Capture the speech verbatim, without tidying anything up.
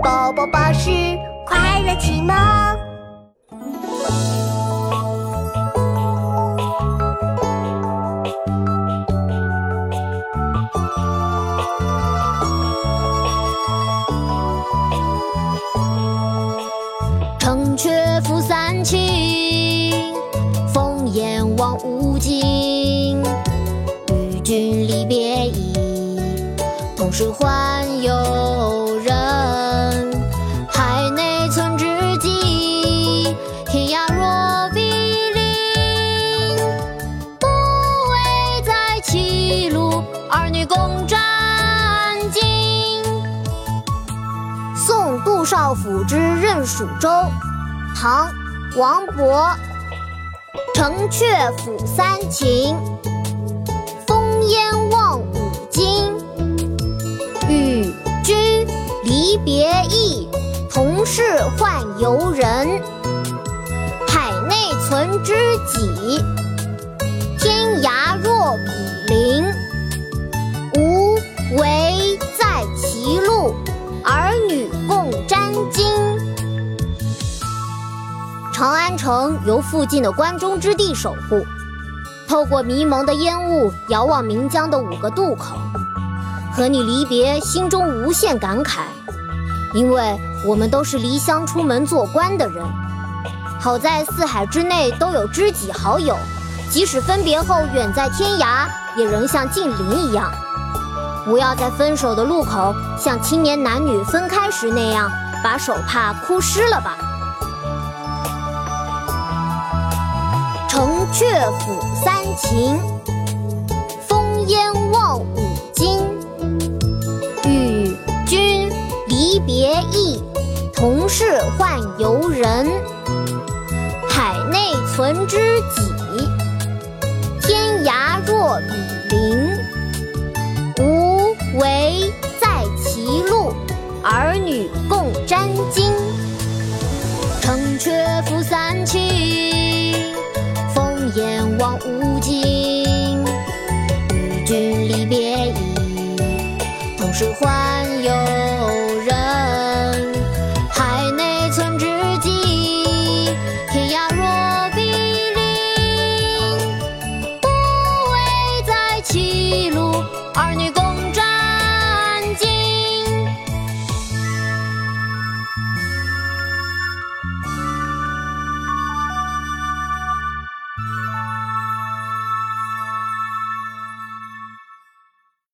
宝宝巴士快乐启蒙。 城阙辅三秦，风烟望五津。与君离别意，同是宦游人。海内存知己，天涯若比邻。不为在歧路，儿女共沾巾。 送杜少府之任蜀州，唐·王勃。城阙辅三秦，风烟望五津。与君离别意，同是宦游人。海内存知己，天涯若比邻。无为在歧路，儿女共沾巾。长安城由附近的关中之地守护，透过迷蒙的烟雾遥望岷江的五个渡口，和你离别，心中无限感慨，因为我们都是离乡出门做官的人。好在四海之内都有知己好友，即使分别后远在天涯，也仍像近邻一样。不要在分手的路口像青年男女分开时那样把手帕哭湿了吧。城阙辅三秦，风烟望五津。与君离别意，同是宦游人。海内存知己，天涯若比邻。无为在歧路，儿女共沾巾。城阙辅三秦，风烟望五津。与君离别意，同是宦